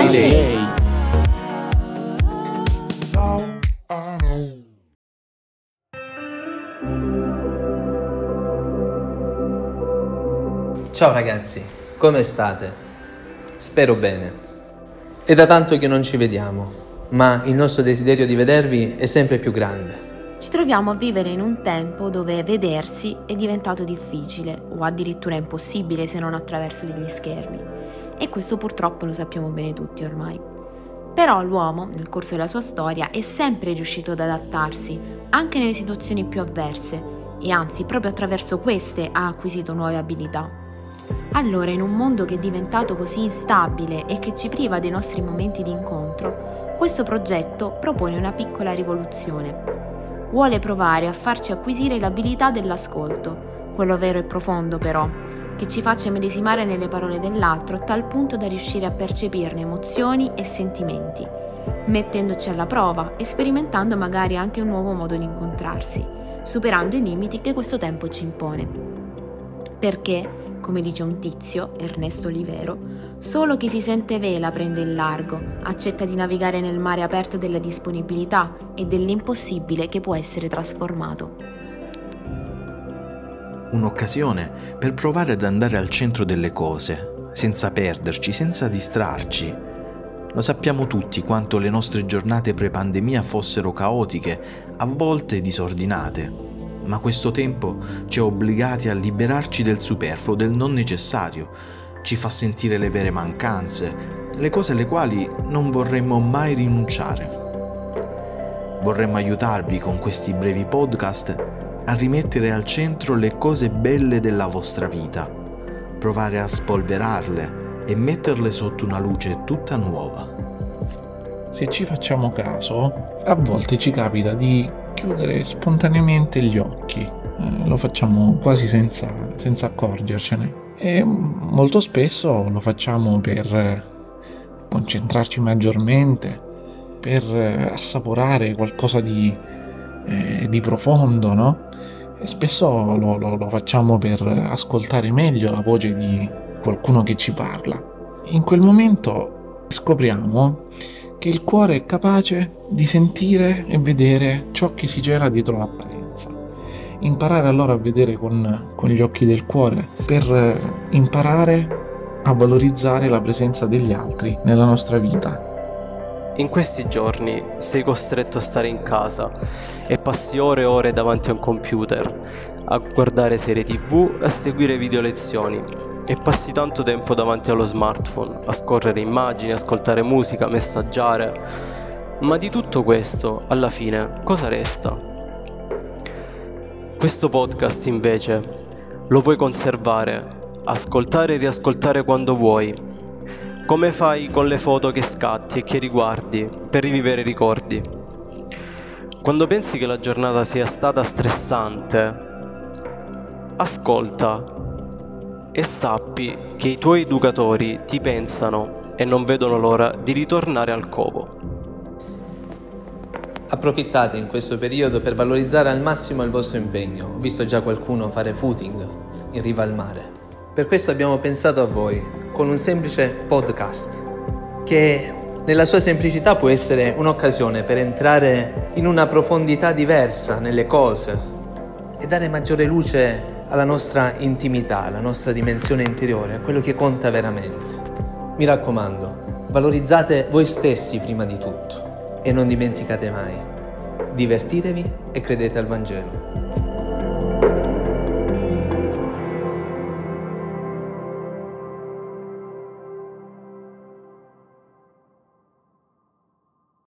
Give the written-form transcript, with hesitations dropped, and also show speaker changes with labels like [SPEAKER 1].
[SPEAKER 1] lei.
[SPEAKER 2] Ciao ragazzi, come state? Spero bene. È da tanto che non ci vediamo, ma il nostro desiderio di vedervi è sempre più grande.
[SPEAKER 3] Ci troviamo a vivere in un tempo dove vedersi è diventato difficile o addirittura impossibile se non attraverso degli schermi. E questo purtroppo lo sappiamo bene tutti ormai. Però l'uomo, nel corso della sua storia, è sempre riuscito ad adattarsi, anche nelle situazioni più avverse, e anzi proprio attraverso queste ha acquisito nuove abilità. Allora, in un mondo che è diventato così instabile e che ci priva dei nostri momenti di incontro, questo progetto propone una piccola rivoluzione. Vuole provare a farci acquisire l'abilità dell'ascolto, quello vero e profondo però, che ci faccia medesimare nelle parole dell'altro a tal punto da riuscire a percepirne emozioni e sentimenti, mettendoci alla prova e sperimentando magari anche un nuovo modo di incontrarsi, superando i limiti che questo tempo ci impone. Perché, come dice un tizio, Ernesto Olivero, solo chi si sente vela prende il largo, accetta di navigare nel mare aperto della disponibilità e dell'impossibile che può essere trasformato.
[SPEAKER 1] Un'occasione per provare ad andare al centro delle cose, senza perderci, senza distrarci. Lo sappiamo tutti quanto le nostre giornate pre-pandemia fossero caotiche, a volte disordinate. Ma questo tempo ci ha obbligati a liberarci del superfluo, del non necessario, ci fa sentire le vere mancanze, le cose alle quali non vorremmo mai rinunciare. Vorremmo aiutarvi con questi brevi podcast a rimettere al centro le cose belle della vostra vita, provare a spolverarle e metterle sotto una luce tutta nuova.
[SPEAKER 4] Se ci facciamo caso, a volte ci capita di chiudere spontaneamente gli occhi, lo facciamo quasi senza accorgercene e molto spesso lo facciamo per concentrarci maggiormente, per assaporare qualcosa di profondo, no? E spesso lo facciamo per ascoltare meglio la voce di qualcuno che ci parla. In quel momento scopriamo che il cuore è capace di sentire e vedere ciò che si cela dietro l'apparenza. Imparare allora a vedere con gli occhi del cuore per imparare a valorizzare la presenza degli altri nella nostra vita.
[SPEAKER 5] In questi giorni sei costretto a stare in casa e passi ore e ore davanti a un computer, a guardare serie TV, a seguire video lezioni. E passi tanto tempo davanti allo smartphone, a scorrere immagini, ascoltare musica, messaggiare. Ma di tutto questo, alla fine, cosa resta? Questo podcast, invece, lo puoi conservare, ascoltare e riascoltare quando vuoi, come fai con le foto che scatti e che riguardi, per rivivere i ricordi. Quando pensi che la giornata sia stata stressante, ascolta e sappi che i tuoi educatori ti pensano e non vedono l'ora di ritornare al covo.
[SPEAKER 2] Approfittate in questo periodo per valorizzare al massimo il vostro impegno. Ho visto già qualcuno fare footing in riva al mare. Per questo abbiamo pensato a voi con un semplice podcast che nella sua semplicità può essere un'occasione per entrare in una profondità diversa nelle cose e dare maggiore luce alla nostra intimità, alla nostra dimensione interiore, a quello che conta veramente. Mi raccomando, valorizzate voi stessi prima di tutto e non dimenticate mai, divertitevi e credete al Vangelo.